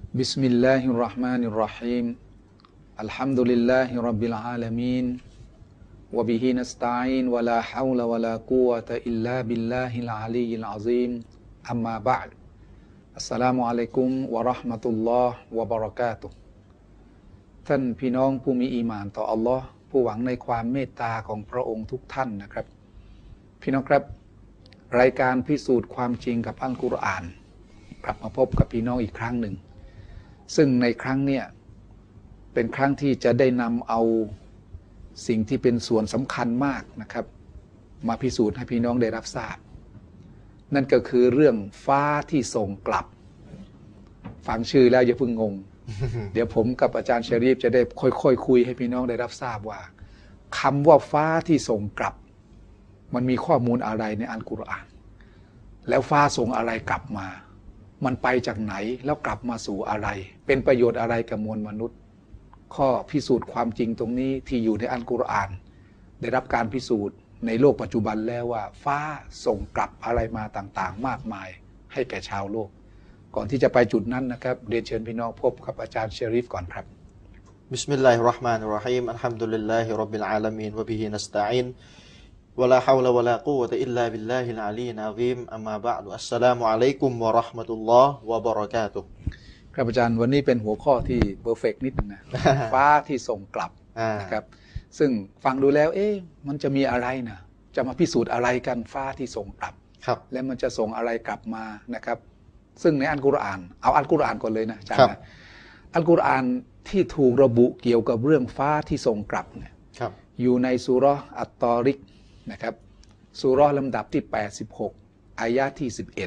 بسم الله الرحمن الرحيم الحمد لله رب العالمين وبه نستعين ولا حول ولا قوة إلا بالله العلي العظيم أما بعد السلام عليكم ورحمة الله وبركاته ท่านพี่น้องผู้มีอีหม่านต่ออัลลอฮ์ผู้หวังในความเมตตาของพระองค์ทุกท่านนะครับพี่น้องครับรายการพิสูจน์ความจริงกับอัลกุรอานกลับมาพบกับพี่น้องอีกครั้งหนึ่งซึ่งในครั้งเนี้ยเป็นครั้งที่จะได้นำเอาสิ่งที่เป็นส่วนสำคัญมากนะครับมาพิสูจน์ให้พี่น้องได้รับทราบนั่นก็คือเรื่องฟ้าที่ส่งกลับฟังชื่อแล้วอย่าเพิ่งงง เดี๋ยวผมกับอาจารย์ชะรีฟจะได้ค่อยๆคุยให้พี่น้องได้รับทราบว่าคำว่าฟ้าที่ส่งกลับมันมีข้อมูลอะไรในอัลกุรอานแล้วฟ้าส่งอะไรกลับมามันไปจากไหนแล้วกลับมาสู่อะไรเป็นประโยชน์อะไรกับมวลมนุษย์ข้อพิสูจน์ความจริงตรงนี้ที่อยู่ในอัลกุรอานได้รับการพิสูจน์ในโลกปัจจุบันแล้วว่าฟ้าส่งกลับอะไรมาต่างๆมากมายให้แก่ชาวโลกก่อนที่จะไปจุดนั้นนะครับเรียนเชิญพี่น้องพบกับอาจารย์ชะรีฟก่อนครับบิสมิลลาฮิรเราะห์มานิรเราะฮีมอัลฮัมดุลิลลาฮิร็อบบิลอาลามีนวะบิฮินัสตะอีนวะลาฮาวละวะลากุวะตะอิลลาบิลลาฮิลอาลียิลอะซีมอัมมาบะอ์ดุอัสสลามุอะลัยกุมวะเราะห์มะตุลลอฮ์วะบะเราะกาตุฮ์ครับอาจารย์วันนี้เป็นหัวข้อที่เพอร์เฟกต์นิดนึงนะ ฟ้าที่ส่งกลับนะครับซึ่งฟังดูแล้วมันจะมีอะไรนะจะมาพิสูจน์อะไรกันฟ้าที่ส่งกลับและมันจะส่งอะไรกลับมานะครับซึ่งในอัลกุรอานเอาอัลกุรอานก่อนเลยนะอาจารย์นะอัลกุรอานที่ถูกระบุเกี่ยวกับเรื่องฟ้าที่ส่งกลับเนี่ยอยู่ในซูเราะห์อัตตอริกนะครับซูเราะห์ลำดับที่86อายะห์ที่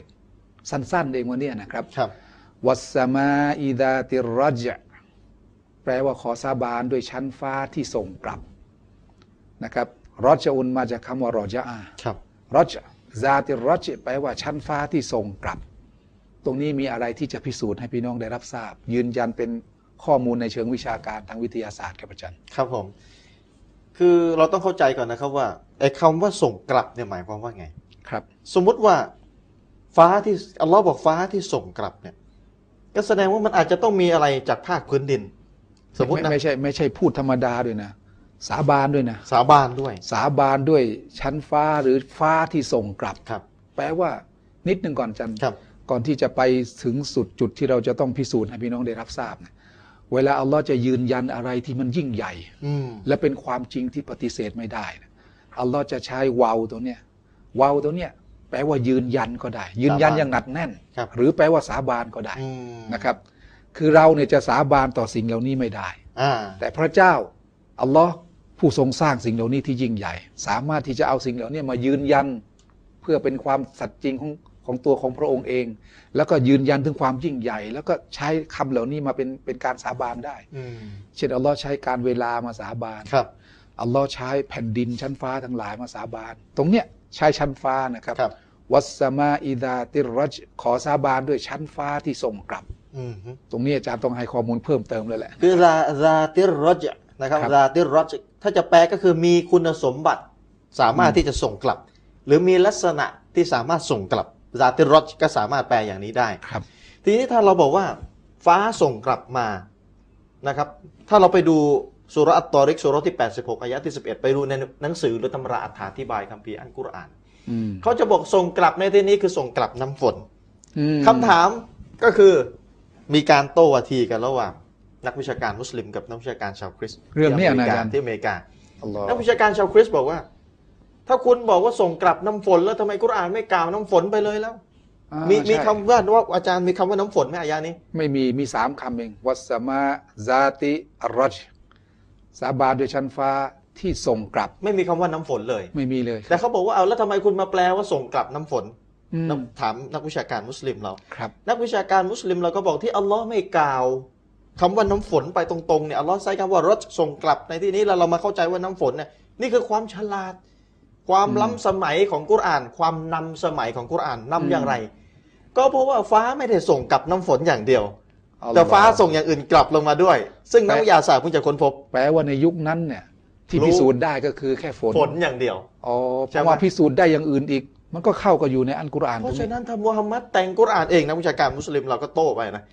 11สั้นๆเองวันนี้นะครับวัสสมาอิดาติรรัจแปลว่าขอสาบานด้วยชั้นฟ้าที่ส่งกลับนะครับรอจอุนมาจากคำว่ารอจารอจซาติรรัจแปลว่าชั้นฟ้าที่ส่งกลับตรงนี้มีอะไรที่จะพิสูจน์ให้พี่น้องได้รับทราบยืนยันเป็นข้อมูลในเชิงวิชาการทางวิทยาศาสตร์ครับอาจารย์ครับผมคือเราต้องเข้าใจก่อนนะครับว่าไอ้คำว่าส่งกลับเนี่ยหมายความว่าไงครับสมมุติว่าฟ้าที่อัลลอฮ์บอกฟ้าที่ส่งกลับเนี่ยก็แสดงว่ามันอาจจะต้องมีอะไรจากภาคพื้นดินสมมตินะไม่ใช่พูดธรรมดาด้วยนะสาบานด้วยนะสาบานด้วยชั้นฟ้าหรือฟ้าที่ส่งกลับแปลว่านิดนึงก่อนจันก่อนที่จะไปถึงสุดจุดที่เราจะต้องพิสูจน์ให้พี่น้องได้รับทราบนะเวลาอัลลอฮ์จะยืนยันอะไรที่มันยิ่งใหญ่และเป็นความจริงที่ปฏิเสธไม่ได้นะอัลลอฮ์จะใช้วาวตัวเนี้ยวาวตัวเนี้ยแปลว่ายืนยันก็ได้ยืนยันอย่างหนักแน่นหรือแปลว่าสาบานก็ได้นะครับคือเราเนี่ยจะสาบานต่อสิ่งเหล่านี้ไม่ได้แต่พระเจ้าอัลลอฮ์ผู้ทรงสร้างสิ่งเหล่านี้ที่ยิ่งใหญ่สามารถที่จะเอาสิ่งเหล่านี้มายืนยันเพื่อเป็นความสัตย์จริงของตัวของพระองค์เองแล้วก็ยืนยันถึงความยิ่งใหญ่แล้วก็ใช้คำเหล่านี้มาเป็นการสาบานได้เช่นอัลลอฮ์ใช้การเวลามาสาบานอัลลอฮ์ใช้แผ่นดินชั้นฟ้าทั้งหลายมาสาบานตรงเนี้ยใช้ชั้นฟ้านะครับวัสสมาอิดาติรรัจขอสาบานด้วยชั้นฟ้าที่ส่งกลับตรงนี้อาจารย์ต้องให้ข้อมูลเพิ่มเติมเลยแหละคือซาติรรัจนะครับซาติรรัจถ้าจะแปลก็คือมีคุณสมบัติสามารถที่จะส่งกลับหรือมีลักษณะที่สามารถส่งกลับซาติรรัจก็สามารถแปลอย่างนี้ได้ทีนี้ถ้าเราบอกว่าฟ้าส่งกลับมานะครับถ้าเราไปดูซูเราะห์อัตตอริกซูเราะห์ที่86อายะห์ที่11ไปดูในหนังสือหรือตำราอธิบายคัมภีร์อัลกุรอานเขาจะบอกส่งกลับในที่นี้คือส่งกลับน้ำฝนคำถามก็คือมีการโต้วาทีกันระหว่างนักวิชาการมุสลิมกับนักวิชาการชาวคริสต์เรื่องนี้นะอาจารย์ที่อเมริกานักวิชาการชาวคริสต์บอกว่าถ้าคุณบอกว่าส่งกลับน้ำฝนแล้วทำไมกุรอานไม่กล่าวน้ำฝนไปเลยแล้วมีคำว่าอาจารย์มีคำว่าน้ำฝนไหมอายะนี้ไม่มี3คำเองวัสสมาซาติอัรรัจสาบานด้วยชั้นฟ้าที่ส่งกลับไม่มีคำว่าน้ำฝนเลยไม่มีเลยแต่เขาบอกว่าเอาแล้วทำไมคุณมาแปลว่าส่งกลับน้ำฝนถามนักวิชาการมุสลิมเรานักวิชาการมุสลิมเราก็บอกที่อัลลอฮ์ไม่กล่าวคำว่าน้ำฝนไปตรงๆเนี่ยอัลลอฮ์ใช้คำว่ารัจส่งกลับในที่นี้เรามาเข้าใจว่าน้ำฝนเนี่ยนี่คือความฉลาดความล้ำสมัยของกุรอานความนำสมัยของกุรอานนำอย่างไรก็เพราะว่าฟ้าไม่ได้ส่งกลับน้ำฝนอย่างเดียวแต่ฟ้าส่งอย่างอื่นกลับลงมาด้วยซึ่งนักวิทยาศาสตร์เพิ่งจะค้นพบแปลว่าในยุคนั้นเนี่ยที่พิสูจน์ได้ก็คือแค่ฝนอย่างเดียวเพราะว่าพิสูจน์ได้อย่างอื่นอีกมันก็เข้ากับอยู่ในอัลกุรอานเพราะฉะนั้นถ้ามุฮัมมัดแต่งกุรอานเองนักวิชาการมุสลิมเราก็โต้ไปนะครับ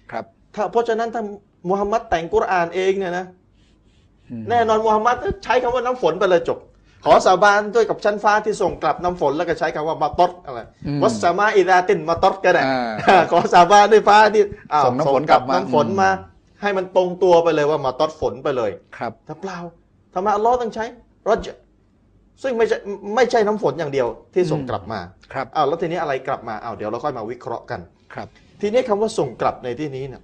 เพราะฉะนั้นถ้ามุฮัมมัดแต่งกุรอานเองเนี่ยนะแน่นอนมุฮัมมัดใช้คำว่าน้ำฝนไปเลยจบขอสาบานด้วยกับชั้นฟ้าที่ส่งกลับน้ำฝนแล้วก็ใช้คำว่ามาตอดอะไรวัสมาอิราตินมาตอดก็ได้ขอสาบานด้วยฟ้าที่ส่งน้ำฝนกลับน้ำฝนมาให้มันตรงตัวไปเลยว่ามาตอดฝนไปเลยครับแต่เปล่าทำไมอัลลอฮ์ต้องใช้รจซึ่งไม่ใช่น้ำฝนอย่างเดียวที่ส่งกลับมาครับแล้วทีนี้อะไรกลับมาเดี๋ยวเราค่อยมาวิเคราะห์กันครับทีนี้คำว่าส่งกลับในที่นี้เนี่ย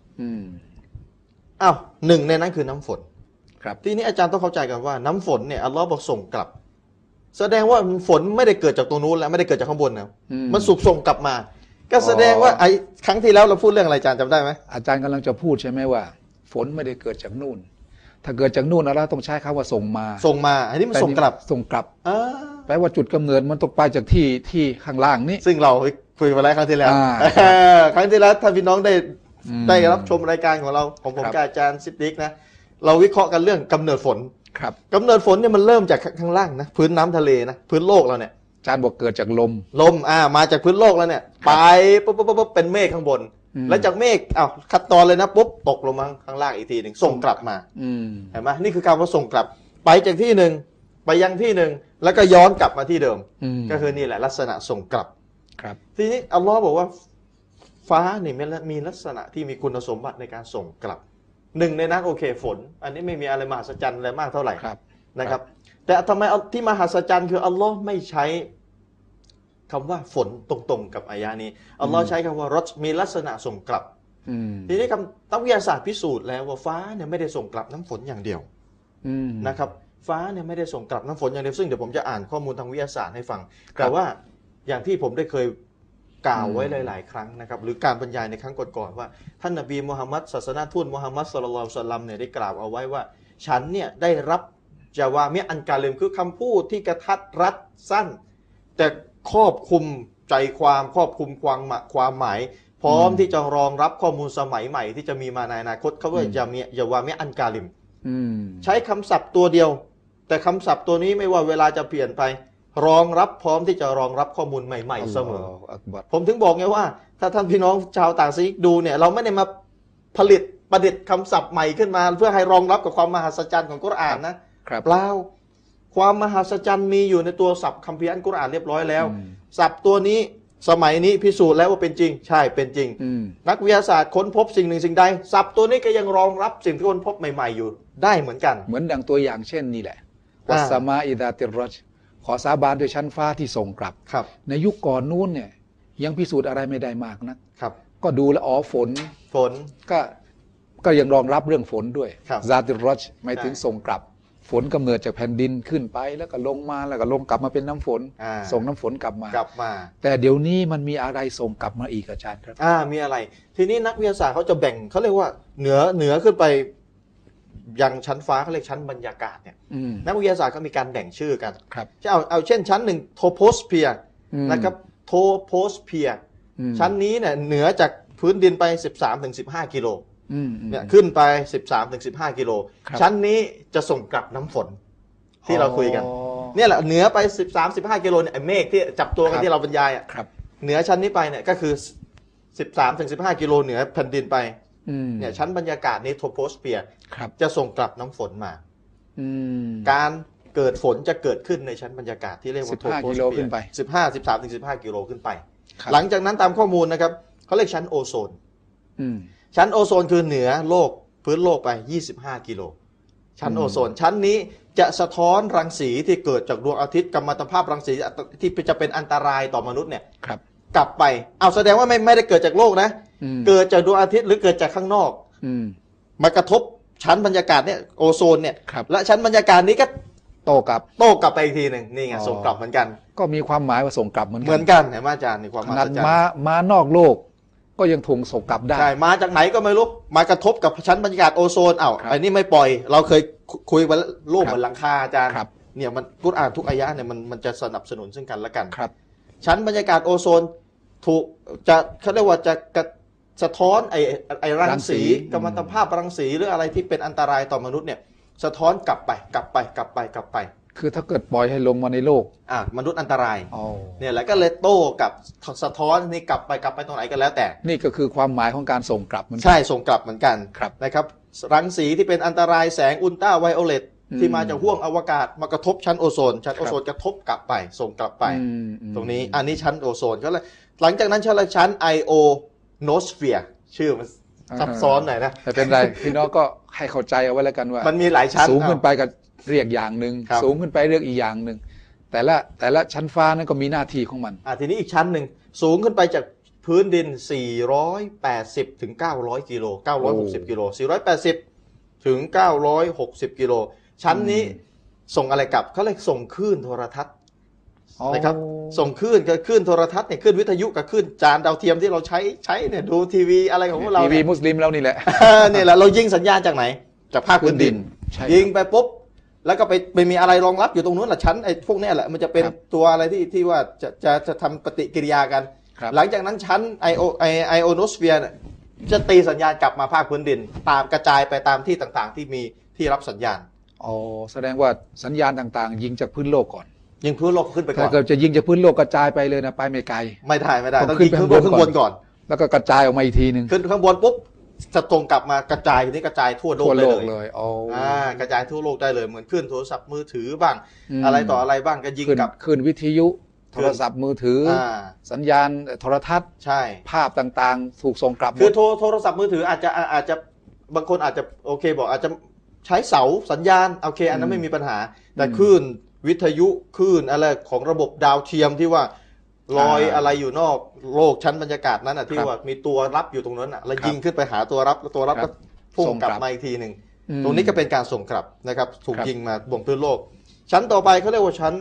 หนึ่งในนั้นคือน้ำฝนครับทีนี้อาจารย์ต้องเข้าใจกันว่าน้ำฝนเนี่ยอัลลอฮ์บอกส่งกลับแสดงว่าฝนไม่ได้เกิดจากตรงนู้นแล้วไม่ได้เกิดจากข้างบนนะมันส่งกลับมาก็แสดงว่าครั้งที่แล้วเราพูดเรื่องอะไรอาจารย์จำได้ไหมอาจารย์กำลังจะพูดใช่ไหมว่าฝนไม่ได้เกิดจากนู่นถ้าเกิดจากนู่นเราต้องใช้คำว่าส่งมาอันนี้มันส่งกลับแปลว่าจุดกำเนิดมันตกไปจากที่ข้างล่างนี้ซึ่งเราคุยมาแล้วครั้งที่แล้วครั้งที่แล้วถ้าพี่น้องได้รับชมรายการของเราของผมกับอาจารย์ซิดดิกนะเราวิเคราะห์กันเรื่องกำเนิดฝนกำเนิดฝนเนี่ยมันเริ่มจากข้างล่างนะพื้นน้ำทะเลนะพื้นโลกเราเนี่ยอาจารย์บอกเกิดจากลมมาจากพื้นโลกแล้วเนี่ยไปปุ๊บเป็นเมฆข้างบนแล้วจากเมฆคัดตอนเลยนะปุ๊บตกลงมาข้างล่างอีกทีหนึ่งส่งกลับมาเห็นไหมนี่คือการว่าส่งกลับไปจากที่หนึ่งไปยังที่หนึ่งแล้วก็ย้อนกลับมาที่เดิมก็คือนี่แหละลักษณะส่งกลับทีนี้อัลลอฮ์บอกว่าฟ้าเนี่ยมีลักษณะที่มีคุณสมบัติในการส่งกลับหนึ่งในนั้นโอเคฝนอันนี้ไม่มีอะไรมหัศจรรย์อะไรมากเท่าไหร่นะครับแต่ทำไมที่มหัศจรรย์คืออัลลอฮ์ไม่ใช้คำว่าฝนตรงๆกับอายะนี้อัลลอฮ์ใช้คำว่ารถมีลักษณะส่งกลับทีนี้นักวิทยาศาสตร์พิสูจน์แล้วว่าฟ้าเนี่ยไม่ได้ส่งกลับน้ำฝนอย่างเดียวนะครับฟ้าเนี่ยไม่ได้ส่งกลับน้ำฝนอย่างเดียวซึ่งเดี๋ยวผมจะอ่านข้อมูลทางวิทยาศาสตร์ให้ฟังแต่ว่าอย่างที่ผมได้เคยกล่าวไว้หลายๆครั้งนะครับหรือการบรรยายในครั้งก่อนๆว่าท่านนบีมุฮัมมัดศาสนาทูตมุฮัมมัดศ็อลลัลลอฮุอะลัยฮิวะซัลลัมเนี่ยได้กล่าวเอาไว้ว่าฉันเนี่ยได้รับจาวามิอันกาลิมคือคำพูดที่กระทัดรัดสั้นแต่ครอบคลุมใจความครอบคลุมความหมายพร้อมที่จะรองรับข้อมูลสมัยใหม่ที่จะมีมาในอนาคตเขาเรียกจาวามิอันกาลิมใช้คำศัพท์ตัวเดียวแต่คำศัพท์ตัวนี้ไม่ว่าเวลาจะเปลี่ยนไปรองรับพร้อมที่จะรองรับข้อมูลใหม่ๆเสมอผมถึงบอกไงว่าถ้าท่านพี่น้องชาวต่างศาสนาดูเนี่ยเราไม่ได้มาประดิษฐ์คำศัพท์ใหม่ขึ้นมาเพื่อให้รองรับกับความมหัศจรรย์ของกุรอานนะเปล่าความมหัศจรรย์มีอยู่ในตัวศัพท์คัมภีร์อัลกุรอานเรียบร้อยแล้วศัพท์ตัวนี้สมัยนี้พิสูจน์แล้วว่าเป็นจริงใช่เป็นจริงนักวิทยาศาสตร์ค้นพบสิ่งหนึ่งสิ่งใดศัพท์ตัวนี้ก็ยังรองรับสิ่งที่ค้นพบใหม่ๆอยู่ได้เหมือนกันเหมือนดังตัวอย่างเช่นนี่แหละวัสมาอิดาติรจขอสาบานด้วยชั้นฟ้าที่ส่งกลับในยุคก่อนนู้นเนี่ยยังพิสูจน์อะไรไม่ได้มากนะครับก็ดูแล้วฝนก็ยังรองรับเรื่องฝนด้วยซาติรจหมายถึงส่งกลับฝนกำเนิดจากแผ่นดินขึ้นไปแล้วก็ลงมาแล้วก็ลงกลับมาเป็นน้ำฝนส่งน้ำฝนกลับมาแต่เดี๋ยวนี้มันมีอะไรส่งกลับมาอีกอาจารย์ครับมีอะไรทีนี้นักวิทยาศาสตร์เขาจะแบ่งเขาเรียกว่าเหนือขึ้นไปยังชั้นฟ้าเขาเรียกชั้นบรรยากาศเนี่ยนักวิทยาศาสตร์ก็มีการแบ่งชื่อกันเอาเช่นชั้นหนึ่งโทโพสเฟียร์นะครับโทโพสเฟียร์ชั้นนี้เนี่ยเหนือจากพื้นดินไป 13-15 กิโลเนี่ยขึ้นไป 13-15 กิโลชั้นนี้จะส่งกลับน้ำฝนที่เราคุยกันเนี่ยแหละเหนือไป 13-15 กิโลเนี่ยเมฆที่จับตัวกันที่เราบรรยายอ่ะเหนือชั้นนี้ไปเนี่ยก็คือ 13-15 กิโลเหนือแผ่นดินไปเนี่ยชั้นบรรยากาศนี้โทโพสเฟียร์จะส่งกลับน้ำฝนมาการเกิดฝนจะเกิดขึ้นในชั้นบรรยากาศที่เรียกว่าโทโพสเฟียร์13-15 กิโลขึ้นไปหลังจากนั้นตามข้อมูลนะครับเขาเรียกชั้นโอโซนชั้นโอโซนคือเหนือโลกพื้นโลกไป25 กิโลชั้นโอโซนชั้นนี้จะสะท้อนรังสีที่เกิดจากดวงอาทิตย์กัมมันตภาพรังสีที่จะเป็นอันตรายต่อมนุษย์เนี่ยกลับไปแสดงว่าไม่ได้เกิดจากโลกนะเกิดจากดวงอาทิตย์หรือเกิดจากข้างนอกมากระทบชั้นบรรยากาศเนี่ยโอโซนเนี่ยและชั้นบรรยากาศนี้ก็โต้กลับไปอีกทีหนึ่งนี่ไงส่งกลับเหมือนกันก็มีความหมายว่าส่งกลับเหมือนกันเห็นไหมอาจารย์ในความหมายอาจารย์มานอกโลกก็ยังทงส่งกลับได้ใช่มาจากไหนก็ไม่รู้มากระทบกับชั้นบรรยากาศโอโซนอันนี้ไม่ปล่อยเราเคยคุยว่าโลกเหมือนหลังคาอาจารย์เนี่ยมันกุรอานทุกอายะเนี่ยมันจะสนับสนุนซึ่งกันและกันชั้นบรรยากาศโอโซนถูกจะเขาเรียกว่าจะสะท้อนไอรังสีกัมมันตภาพรังสีหรืออะไรที่เป็นอันตรายต่อมนุษย์เนี่ยสะท้อนกลับไปคือถ้าเกิดปล่อยให้ลงมาในโลกมนุษย์อันตรายอ๋อเนี่ยแหละก็เลยโต้กับสะท้อนนี่กลับไปตรงไหนก็แล้วแต่นี่ก็คือความหมายของการส่งกลับเหมือนกันใช่ส่งกลับเหมือนกันครับนะครับรังสีที่เป็นอันตรายแสงอุลตราไวโอเลตที่มาจากห้วงอวกาศมากระทบชั้นโอโซนชั้นโอโซนกระทบกลับไปส่งกลับไปตรงนี้อันนี้ชั้นโอโซนก็เลยหลังจากนั้นชั้นไอโอโนสเฟียร์ชื่อมันซับซ้อนหน่อยนะไม่เป็นไรพี่น้องก็ให้เข้าใจเอาไว้แล้วกันว่ามันมีหลายชั้นสูงขึ้นไปก็เรียกอย่างหนึ่งสูงขึ้นไปเรียกอีกอย่างหนึ่งแต่ละชั้นฟ้านั้นก็มีหน้าที่ของมันทีนี้อีกชั้นหนึ่งสูงขึ้นไปจากพื้นดิน480ถึง900กิโล960กิโล480ถึง960กิโลชั้นนี้ส่งอะไรกลับเขาเลยส่งคลื่นโทรทัศน์นะครับส่งคลื่นกับคลื่นโทรทัศน์เนี่ยคลื่นวิทยุกับคลื่นจานดาวเทียมที่เราใช้เนี่ยดูทีวีอะไรของพวกเราทีวีมุสลิมเรานี่แหละเนี่ยแหละเรายิงสัญญาณจากไหนจากภาคพื้นดินยิงไปปุ๊บแล้วก็ไปมีอะไรรองรับอยู่ตรงนู้นแหละชั้นไอ้พวกนี้แหละมันจะเป็นตัวอะไรที่ว่าจะทำปฏิกิริยากันหลังจากนั้นชั้นไอโอโนสเฟียร์จะตีสัญญาณกลับมาภาคพื้นดินตามกระจายไปตามที่ต่างๆที่มีที่รับสัญญาณอ๋อแสดงว่าสัญญาณต่างๆยิงจากพื้นโลกก่อนยิงพื้นโลกขึ้นไปก่อนถ้าเกิดจะยิงจากพื้นโลกกระจายไปเลยนะไปไม่ไกลไม่ได้ต้องยิงขึ้นบนก่อนแล้วก็กระจายออกมาอีกทีนึงขึ้นข้างบนปุ๊บจะตรงกลับมากระจายทีนี้กระจายทั่วโลกเลยกระจายทั่วโลกได้เลยเหมือนขึ้นโทรศัพท์มือถือบ้างอะไรต่ออะไรบ้างก็ยิงกับขึ้นวิทยุโทรศัพท์มือถือสัญญาณโทรทัศน์ใช่ภาพต่างๆถูกส่งกลับคือโทรศัพท์มือถืออาจจะบางคนอาจจะโอเคบอกอาจจะใช้เสาสัญญาณโอเคอันนั้นไม่มีปัญหาแต่คลื่นวิทยุคลื่นอะไรของระบบดาวเทียมที่ว่าลอยอะไรอยู่นอกโลกชั้นบรรยากาศนั้นที่ว่ามีตัวรับอยู่ตรงนั้นแล้วยิงขึ้นไปหาตัวรับแล้วตัวรับก็พุ่งกลับมาอีกทีหนึ่งตรงนี้ก็เป็นการส่งกลับนะครับถูกยิงมาบนพื้นโลกชั้นต่อไปเขาเรียกว่าชั้น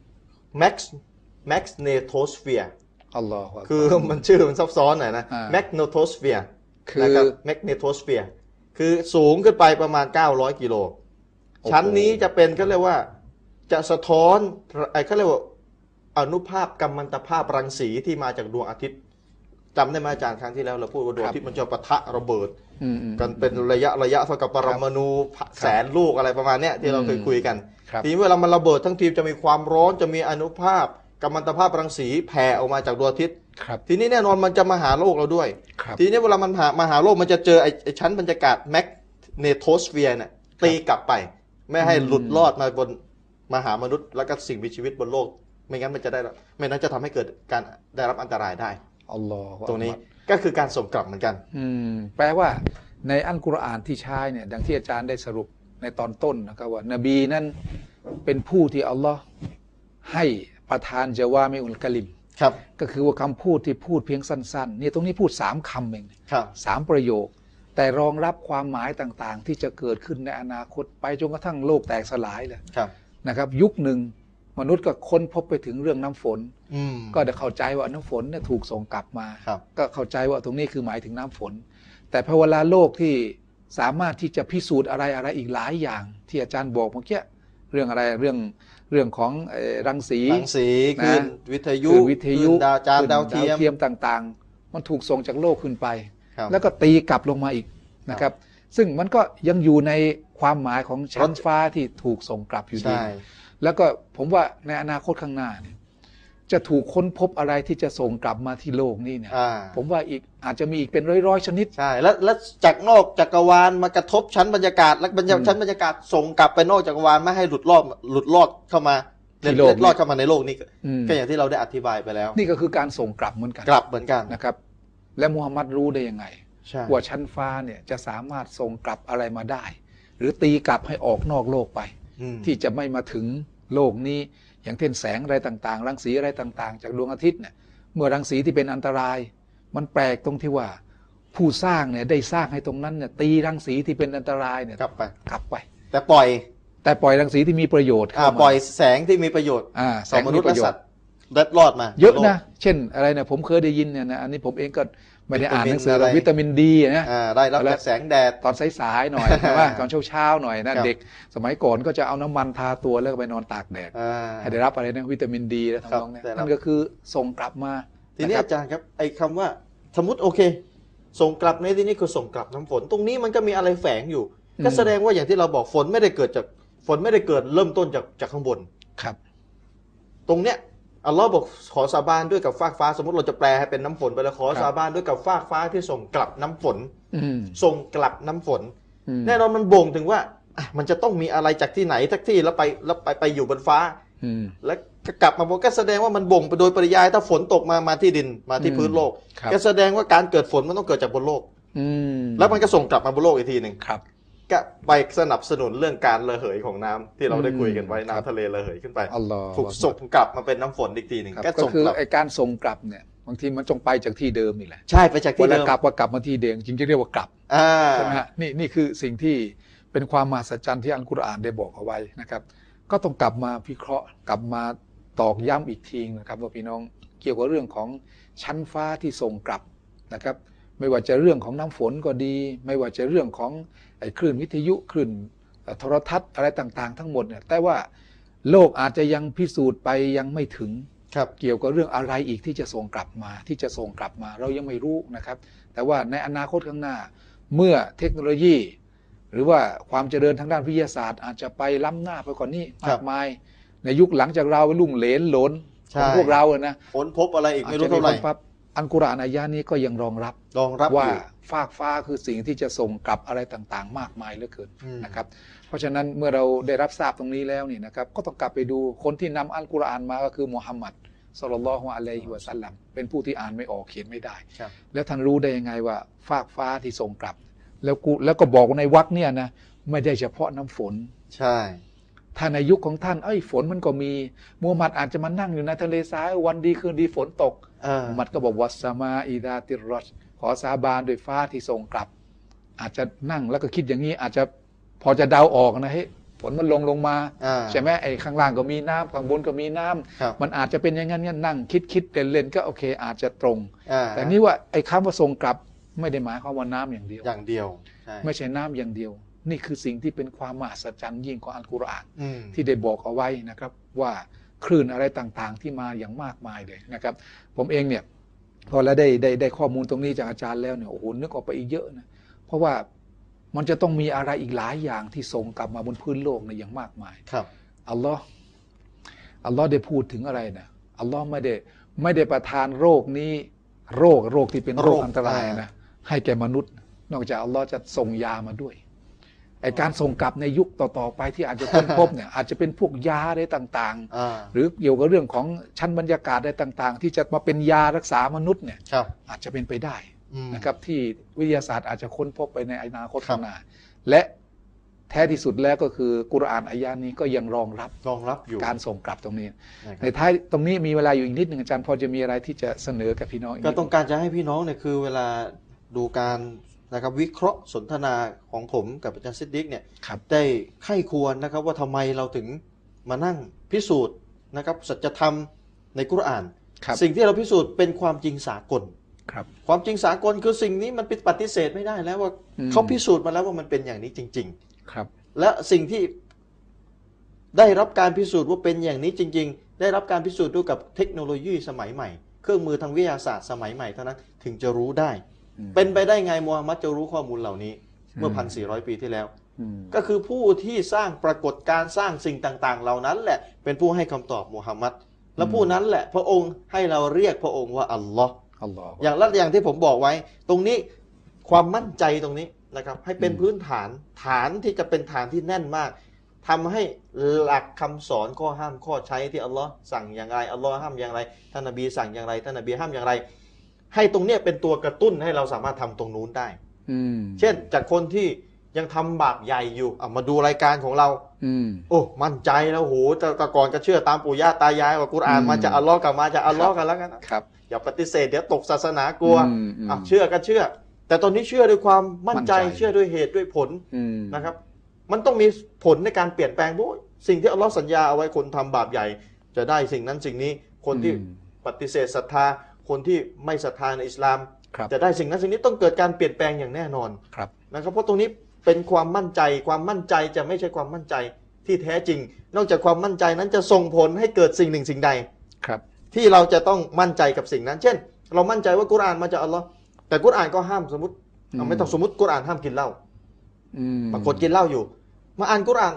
magnetosphere คือมันชื่อมันซับซ้อนหน่อยนะ magnetosphere นะครับ magnetosphere คือสูงขึ้นไปประมาณ900กิโลชั้นนี้จะเป็นเขาเรียกว่าจะสะท้อนเขาเรียกว่าอนุภาพกัมมันตภาพรังสีที่มาจากดวงอาทิตย์จำได้ไหมอาจารย์ครั้งที่แล้วเราพูดว่าดวงอาทิตย์มันจะปะทะระเบิดกันเป็นระยะเท่ากับปรมาณูแสนลูกอะไรประมาณนี้ที่เราเคยคุยกันทีนี้เวลามันระเบิดทั้งทีจะมีความร้อนจะมีอนุภาพกัมมันตภาพรังสีแผ่ออกมาจากดวงอาทิตย์ทีนี้แน่นอนมันจะมาหาโลกเราด้วยทีนี้เวลามันมาหาโลกมันจะเจอไอ้ชั้นบรรยากาศแมกเนโทสเฟียร์เนี่ยตีกลับไปไม่ให้หลุดรอดมาบนมาหามนุษย์และก็สิ่งมีชีวิตบนโลกไม่งั้นมันจะได้ไม่นั้นจะทำให้เกิดการได้รับอันตรายได้อัลลอฮฺตรงนี้ก็คือการส่งกลับเหมือนกันแปลว่าในอัลกุรอานที่ใช้เนี่ยดังที่อาจารย์ได้สรุปในตอนต้นนะครับว่านบีนั้นเป็นผู้ที่อัลลอฮ์ให้ประทานจาวามิอุลกะลิมก็คือว่าคำพูดที่พูดเพียงสั้นๆนี่ตรงนี้พูด3คำเอง3ประโยคแต่รองรับความหมายต่างๆที่จะเกิดขึ้นในอนาคตไปจนกระทั่งโลกแตกสลายเลยนะครับยุคหนึ่งมนุษย์ก็ค้นพบไปถึงเรื่องน้ำฝนก็ได้เข้าใจว่าน้ำฝนเนี่ยถูกส่งกลับมาก็เข้าใจว่าตรงนี้คือหมายถึงน้ำฝนแต่พอเวลาโลกที่สามารถที่จะพิสูจน์อะไรอีกหลายอย่างที่อาจารย์บอกเมื่อกี้เรื่องอะไรเรื่องของรังสีคลื่นวิทยุดาวเทียมต่างๆมันถูกส่งจากโลกขึ้นไปแล้วก็ตีกลับลงมาอีกนะครับซึ่งมันก็ยังอยู่ในความหมายของชั้นฟ้าที่ถูกส่งกลับอยู่ดีแล้วก็ผมว่าในอนาคตข้างหน้าเนี่ยจะถูกค้นพบอะไรที่จะส่งกลับมาที่โลกนี้เนี่ยผมว่าอีกอาจจะมีอีกเป็นร้อยชนิดใช่แล้วจากนอกจักรวาลมากระทบชั้นบรรยากาศและชั้นบรรยากาศส่งกลับไปนอกจักรวาลไม่ให้หลุดรอดเข้ามาเล็ดลอดเข้ามาในโลกนี้ก็อย่างที่เราได้อธิบายไปแล้วนี่ก็คือการส่งกลับเหมือนกันนะครับและมูฮัมหมัดรู้ได้ยังไงว่าชั้นฟ้าเนี่ยจะสามารถส่งกลับอะไรมาได้หรือตีกลับให้ออกนอกโลกไปที่จะไม่มาถึงโลกนี้อย่างเช่นแสงอะไรต่างๆรังสีอะไรต่างๆจากดวงอาทิตย์เนี่ยเมื่อรังสีที่เป็นอันตรายมันแปลกตรงที่ว่าผู้สร้างเนี่ยได้สร้างให้ตรงนั้นเนี่ยตีรังสีที่เป็นอันตรายเนี่ยกลับไปแต่ปล่อยรังสีที่มีประโยชน์ปล่อยแสงที่มีประโยชน์ต่อมนุษย์และสัตว์เล็ดรอดมาเยอะนะเช่นอะไรเนี่ยผมเคยได้ยินเนี่ยนะอันนี้ผมเองก็ไม่ได้อ่านหนังสือวิตามินดีนะได้รับจากแสงแดดตอนสายๆหน่อยใช่ไหมตอนเช้าหน่อยนะเด็กสมัยก่อนก็จะเอาน้ำมันทาตัวแล้วไปนอนตากแดดให้ได้รับอะไรนะวิตามินดีแล้วทั้งน้องเนี่ยนั่นก็คือส่งกลับมาทีนี้อาจารย์ครับไอ้คำว่าสมมติโอเคส่งกลับในที่นี้คือส่งกลับน้ำฝนตรงนี้มันก็มีอะไรแฝงอยู่ก็แสดงว่าอย่างที่เราบอกฝนไม่ได้เกิดจากฝนไม่ได้เกิดเริ่มต้นจากข้างบนครับตรงเนี้ยอัลลอฮ์บอกขอสาบานด้วยกับฟากฟ้าสมมติเราจะแปลให้เป็นน้ำฝนไปแล้วขอสาบานด้วยกับฟากฟ้าที่ส่งกลับน้ำฝนส่งกลับน้ำฝนแน่นอนมันบ่งถึงว่ามันจะต้องมีอะไรจากที่ไหนทักที่แล้วไปอยู่บนฟ้าแล้วกลับมาก็แสดงว่ามันบ่งไปโดยปริยายถ้าฝนตกมาที่ดินมาที่พื้นโลกก็แสดงว่าการเกิดฝนมันต้องเกิดจากบนโลกแล้วมันก็ส่งกลับมาบนโลกอีกทีหนึ่งก็ไปสนับสนุนเรื่องการระเหยของน้ำที่เราได้คุยกันไว้น้ำทะเลระเหยขึ้นไปถูกส่งกลับมาเป็นน้ำฝนอีกทีหนึ่งก็คือไอการส่งกลับเนี่ยบางทีมันจงไปจากที่เดิมนี่แหละใช่ไปจากที่เดิมเวลากลับมาที่เดิมจริงๆเรียกว่ากลับใช่ไหมฮะนี่คือสิ่งที่เป็นความมหัศจรรย์ที่อัลกุรอานได้บอกเอาไว้นะครับก็ต้องกลับมาพิเคราะห์กลับมาตอกย้ำอีกทีนะครับว่าพี่น้องเกี่ยวกับเรื่องของชั้นฟ้าที่ส่งกลับนะครับไม่ว่าจะเรื่องของน้ำฝนก็ดีไม่ว่าจะเรื่องของไอ้คลื่นวิทยุคลื่นโทรทัศน์อะไรต่างๆทั้งหมดเนี่ยแต่ว่าโลกอาจจะยังพิสูจน์ไปยังไม่ถึงเกี่ยวกับเรื่องอะไรอีกที่จะส่งกลับมาเรายังไม่รู้นะครับแต่ว่าในอนาคตข้างหน้าเมื่อเทคโนโลยีหรือว่าความเจริญทางด้านวิทยาศาสตร์อาจจะไปล้ำหน้าไปกว่านี้มากมายในยุคหลังจากเราลุ่งเหลนหลนของพวกเราอะนะค้นพบอะไรอีกไม่รู้เท่าไหร่อัลกุรอานอายะนี้ก็ยังรองรับว่าฟากฟ้าคือสิ่งที่จะส่งกลับอะไรต่างๆมากมายเหลือเกินนะครับเพราะฉะนั้นเมื่อเราได้รับทราบตรงนี้แล้วนี่นะครับก็ต้องกลับไปดูคนที่นำอัลกุรอานมาก็คือมุฮัมมัดศ็อลลัลลอฮุอะลัยฮิวะซัลลัมเป็นผู้ที่อ่านไม่ออกเขียนไม่ได้แล้วท่านรู้ได้ยังไงว่าฟากฟ้าที่ส่งกลับแล้วก็บอกในวรรคเนี่ยนะไม่ได้เฉพาะน้ำฝนใช่ถ้าในยุคของท่านฝนมันก็มีมูฮัมหมัดอาจจะมานั่งอยู่ในทะเลทรายวันดีคืนดีฝนตกมูฮัมหมัดก็บอกวัสมาอิดาติรอชขอสาบานด้วยฟ้าที่ส่งกลับอาจจะนั่งแล้วก็คิดอย่างนี้อาจจะพอจะเดาออกนะฝนมันลงมาใช่ไหมไอ้ข้างล่างก็มีน้ำข้างบนก็มีน้ำมันอาจจะเป็นอย่างนั้นนั่งคิดเล่นๆก็โอเคอาจจะตรงแต่นี่ว่าไอ้คำว่าส่งกลับไม่ได้หมายความว่าน้ำอย่างเดียวไม่ใช่น้ำอย่างเดียวนี่คือสิ่งที่เป็นความมหัศจรรย์ยิ่งของอัลกุรอานที่ได้บอกเอาไว้นะครับว่าคลื่นอะไรต่างๆที่มาอย่างมากมายเลยนะครับผมเองเนี่ยพอแล้วได้ข้อมูลตรงนี้จากอาจารย์แล้วเนี่ยโอ้โหนึกออกไปอีกเยอะนะเพราะว่ามันจะต้องมีอะไรอีกหลายอย่างที่ส่งกลับมาบนพื้นโลกในอย่างมากมายครับอัลลอฮ์ได้พูดถึงอะไรนะอัลลอฮ์ไม่ได้ประทานโรคนี้โรคที่เป็นโรคอันตรายนะให้แก่มนุษย์นอกจากอัลลอฮ์จะส่งยามาด้วยไอการส่งกลับในยุคต่อๆไปที่อาจจะค้นพบเนี่ยอาจจะเป็นพวกยาอะไรต่างๆหรือเกี่ยวกับเรื่องของชั้นบรรยากาศอะไรต่างๆที่จะมาเป็นยารักษามนุษย์เนี่ยอาจจะเป็นไปได้นะครับที่วิทยาศาสตร์อาจจะค้นพบไปในอนาคตข้างหน้าและแท้ที่สุดแล้วก็คือกุรอานอายะนี้ก็ยังรองรับอยู่การส่งกลับตรงนี้ในท้ายตรงนี้มีเวลาอยู่อีกนิดหนึ่งอาจารย์พอจะมีอะไรที่จะเสนอกับพี่น้องก็ต้องการจะให้พี่น้องเนี่ยคือเวลาดูการนะครับวิเคราะห์สนทนาของผมกับอาจารย์ซิดดิกเนี่ยได้ไข้ควรนะครับว่าทำไมเราถึงมานั่งพิสูจน์นะครับสัจธรรมในกุรอานสิ่งที่เราพิสูจน์เป็นความจริงสากลความจริงสากลคือสิ่งนี้มันปฏิเสธไม่ได้แล้วว่าเขาพิสูจน์มาแล้วว่ามันเป็นอย่างนี้จริงๆครับและสิ่งที่ได้รับการพิสูจน์ว่าเป็นอย่างนี้จริงๆได้รับการพิสูจน์ด้วยกับเทคโนโลยีสมัยใหม่เครื่องมือทางวิทยาศาสตร์สมัยใหม่เท่านั้นถึงจะรู้ได้เป็นไปได้ไงมูฮัมหมัดจะรู้ข้อมูลเหล่านี้เมื่อ 1,400 ปีที่แล้วก็คือผู้ที่สร้างปรากฏการสร้างสิ่งต่างๆเหล่านั้นแหละเป็นผู้ให้คำตอบมูฮัมหมัดและผู้นั้นแหละพระองค์ให้เราเรียกพระองค์ว่าอัลลอฮ์อย่างที่ผมบอกไว้ตรงนี้ความมั่นใจตรงนี้นะครับให้เป็นพื้นฐานที่จะเป็นฐานที่แน่นมากทำให้หลักคำสอนข้อห้ามข้อใช้ที่อัลลอฮ์สั่งอย่างไรอัลลอฮ์ห้ามอย่างไรท่านนบีสั่งอย่างไรท่านนบีห้ามอย่างไรให้ตรงนี้เป็นตัวกระตุ้นให้เราสามารถทำตรงนู้นได้เช่นจากคนที่ยังทำบาปใหญ่อยู่มาดูรายการของเราโอ้มั่นใจแล้วโหแต่ก่อนก็เชื่อตามปู่ย่าตายายว่ากุรอานมาจากอัลลอฮ์กับมาจากอัลลอฮ์กันแล้วกันครับอย่าปฏิเสธเดี๋ยวตกศาสนากลัวเชื่อก็เชื่อแต่ตอนนี้เชื่อด้วยความมั่นใจเชื่อด้วยเหตุด้วยผลนะครับมันต้องมีผลในการเปลี่ยนแปลงเพราะสิ่งที่อัลลอฮ์สัญญาเอาไว้คนทำบาปใหญ่จะได้สิ่งนั้นสิ่งนี้คนที่ปฏิเสธศรัทธาคนที่ไม่ศรัทธาในอิสลามจะได้สิ่งนั้นสิ่งนี้ต้องเกิดการเปลี่ยนแปลงอย่างแน่นอนนะครับเพราะตรงนี้เป็นความมั่นใจจะไม่ใช่ความมั่นใจที่แท้จริงนอกจากความมั่นใจนั้นจะส่งผลให้เกิดสิ่งหนึ่งสิ่งใดที่เราจะต้องมั่นใจกับสิ่งนั้นเช่นเรามั่นใจว่ากุรอานมาจากอัลลอฮ์แต่กุรอานก็ห้ามสมมติไม่ต้องสมมติกุรอานห้ามกินเหล้าบางคนกินเหล้าอยู่มาอ่านกุรอาน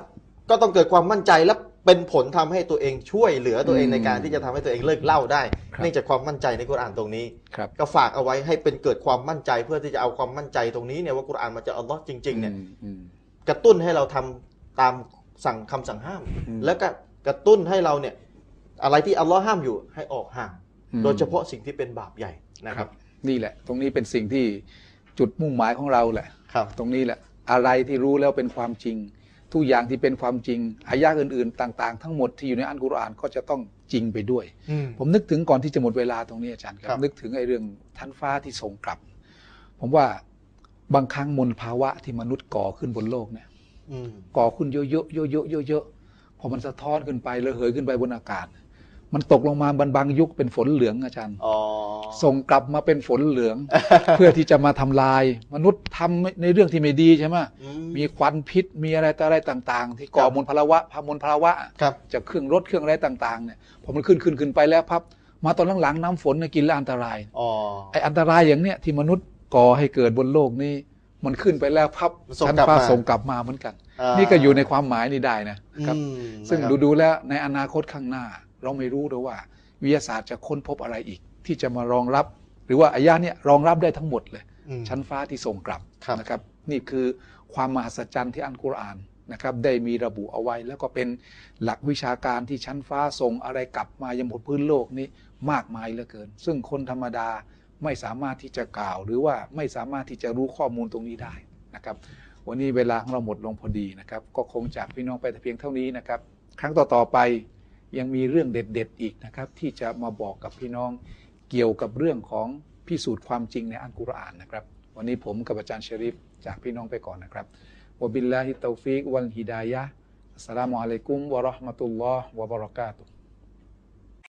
ก็ต้องเกิดความมั่นใจและเป็นผลทำให้ตัวเองช่วยเหลือตัวเองในการที่จะทำให้ตัวเองเลิกเหล้าได้เนื่องจากความมั่นใจในกุรอานตรงนี้ก็ฝากเอาไว้ให้เป็นเกิดความมั่นใจเพื่อที่จะเอาความมั่นใจตรงนี้เนี่ยว่ากุรอานมาจากอัลลอฮ์จริงๆเนี่ยกระตุ้นให้เราทำตามคำสั่งห้ามแล้วก็กระตุ้นให้เราเนี่ยอะไรที่อัลลอฮ์ห้ามอยู่ให้ออกห่างโดยเฉพาะสิ่งที่เป็นบาปใหญ่นะครับนี่แหละตรงนี้เป็นสิ่งที่จุดมุ่งหมายของเราแหละตรงนี้แหละอะไรที่รู้แล้วเป็นความจริงทุกอย่างที่เป็นความจริงอายะห์อื่นๆต่างๆทั้งหมดที่อยู่ในอัลกุรอานก็จะต้องจริงไปด้วยผมนึกถึงก่อนที่จะหมดเวลาตรงนี้อาจารย์ครับนึกถึงไอ้เรื่องชั้นฟ้าที่ส่งกลับผมว่าบางครั้งมลภาวะที่มนุษย์ก่อขึ้นบนโลกเนี่ยก่อขึ้นเยอะๆเยอะๆพอมันสะท้อนขึ้นไประเหยขึ้นไปบนอากาศมันตกลงมาบางยุคเป็นฝนเหลืองอาจารย์ส่งกลับมาเป็นฝนเหลือง เพื่อที่จะมาทำลายมนุษย์ทำในเรื่องที่ไม่ดีใช่ไหมมีควันพิษมีอะไรต่างๆที่ก่อมลภาวะจากเครื่องรถเครื่องอะไรต่างๆเนี่ยพอมันขึ้นไปแล้วพับมาตอนหลังๆน้ำฝนกินแล้วอันตรายไออันตรายอย่างเนี้ยที่มนุษย์ก่อให้เกิดบนโลกนี้มันขึ้นไปแล้วพับชั้นฟ้าส่งกลับมาเหมือนกันนี่ก็อยู่ในความหมายนี้ได้นะครับซึ่งดูแล้วในอนาคตข้างหน้าเราไม่รู้เลยว่าวิทยาศาสตร์จะค้นพบอะไรอีกที่จะมารองรับหรือว่าอายะเนี่ยรองรับได้ทั้งหมดเลยชั้นฟ้าที่ส่งกลับนะครับนี่คือความมหัศจรรย์ที่อัลกุรอานนะครับได้มีระบุเอาไว้แล้วก็เป็นหลักวิชาการที่ชั้นฟ้าส่งอะไรกลับมายังบนพื้นโลกนี้มากมายเหลือเกินซึ่งคนธรรมดาไม่สามารถที่จะกล่าวหรือว่าไม่สามารถที่จะรู้ข้อมูลตรงนี้ได้นะครับวันนี้เวลาของเราหมดลงพอดีนะครับก็คงจากพี่น้องไปแต่เพียงเท่านี้นะครับครั้งต่อๆไปยังมีเรื่องเด็ดๆอีกนะครับที่จะมาบอกกับพี่น้องเกี่ยวกับเรื่องของพิสูจน์ความจริงในอัลกุรอานนะครับวันนี้ผมกับอาจารย์ชะริฟจากพี่น้องไปก่อนนะครับวะบิลลาฮิตตอฟิกวัลฮิดายะฮ์อัสสลามุอะลัยกุมวะเราะห์มะตุลลอฮ์วะบะเราะกาตุฮ์